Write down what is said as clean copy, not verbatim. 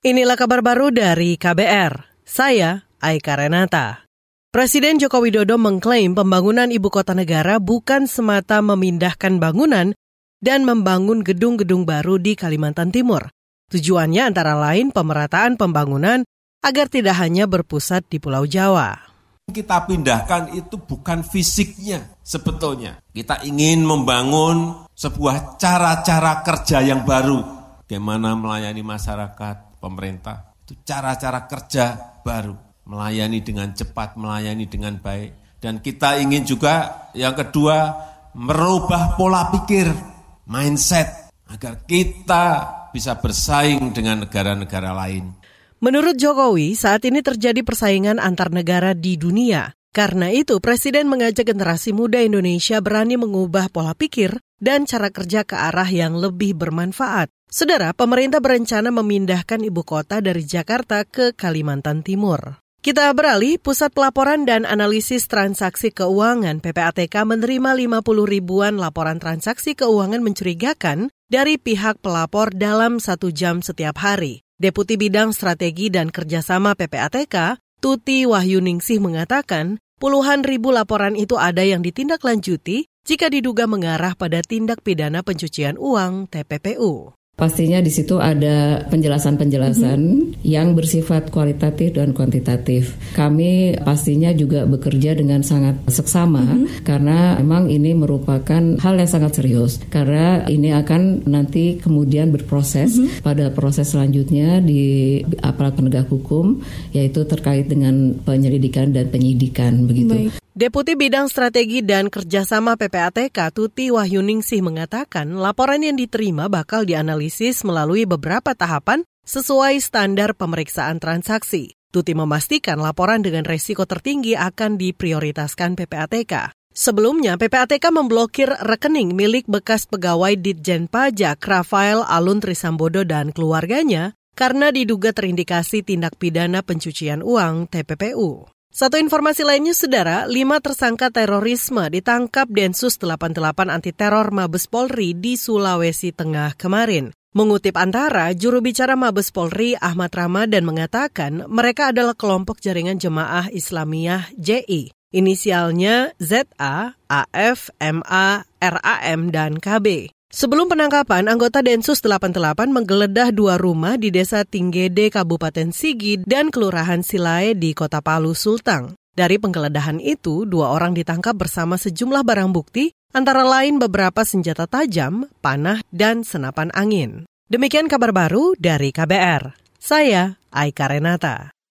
Inilah kabar baru dari KBR. Saya Aika Renata. Presiden Joko Widodo mengklaim pembangunan ibu kota negara bukan semata memindahkan bangunan dan membangun gedung-gedung baru di Kalimantan Timur. Tujuannya antara lain pemerataan pembangunan agar tidak hanya berpusat di Pulau Jawa. Kita pindahkan itu bukan fisiknya sebetulnya. Kita ingin membangun sebuah cara-cara kerja yang baru. Bagaimana melayani masyarakat, pemerintah, itu cara-cara kerja baru. Melayani dengan cepat, melayani dengan baik. Dan kita ingin juga yang kedua, merubah pola pikir, mindset, agar kita bisa bersaing dengan negara-negara lain. Menurut Jokowi, saat ini terjadi persaingan antar negara di dunia. Karena itu, Presiden mengajak generasi muda Indonesia berani mengubah pola pikir dan cara kerja ke arah yang lebih bermanfaat. Saudara, pemerintah berencana memindahkan ibu kota dari Jakarta ke Kalimantan Timur. Kita beralih, Pusat Pelaporan dan Analisis Transaksi Keuangan (PPATK) menerima 50 ribuan laporan transaksi keuangan mencurigakan dari pihak pelapor dalam 1 jam setiap hari. Deputi Bidang Strategi dan Kerjasama PPATK, Tuti Wahyuningsih mengatakan, puluhan ribu laporan itu ada yang ditindaklanjuti jika diduga mengarah pada tindak pidana pencucian uang (TPPU). Pastinya di situ ada penjelasan-penjelasan yang bersifat kualitatif dan kuantitatif. Kami pastinya juga bekerja dengan sangat seksama karena memang ini merupakan hal yang sangat serius. Karena ini akan nanti kemudian berproses pada proses selanjutnya di aparat penegak hukum, yaitu terkait dengan penyelidikan dan penyidikan begitu. Baik. Deputi Bidang Strategi dan Kerjasama PPATK Tuti Wahyuningsih mengatakan laporan yang diterima bakal dianalisis melalui beberapa tahapan sesuai standar pemeriksaan transaksi. Tuti memastikan laporan dengan resiko tertinggi akan diprioritaskan PPATK. Sebelumnya, PPATK memblokir rekening milik bekas pegawai Ditjen Pajak Rafael Alun Trisambodo dan keluarganya karena diduga terindikasi tindak pidana pencucian uang (TPPU). Satu informasi lainnya, Saudara, 5 tersangka terorisme ditangkap Densus 88 Anti Teror Mabes Polri di Sulawesi Tengah kemarin. Mengutip Antara, juru bicara Mabes Polri Ahmad Ramadan mengatakan mereka adalah kelompok jaringan Jemaah Islamiyah JI. Inisialnya ZA, AF, MA, RAM, dan KB. Sebelum penangkapan, anggota Densus 88 menggeledah 2 rumah di Desa Tinggede, Kabupaten Sigi, dan Kelurahan Silae di Kota Palu, Sulteng. Dari penggeledahan itu, 2 orang ditangkap bersama sejumlah barang bukti, antara lain beberapa senjata tajam, panah, dan senapan angin. Demikian kabar baru dari KBR. Saya Aika Renata.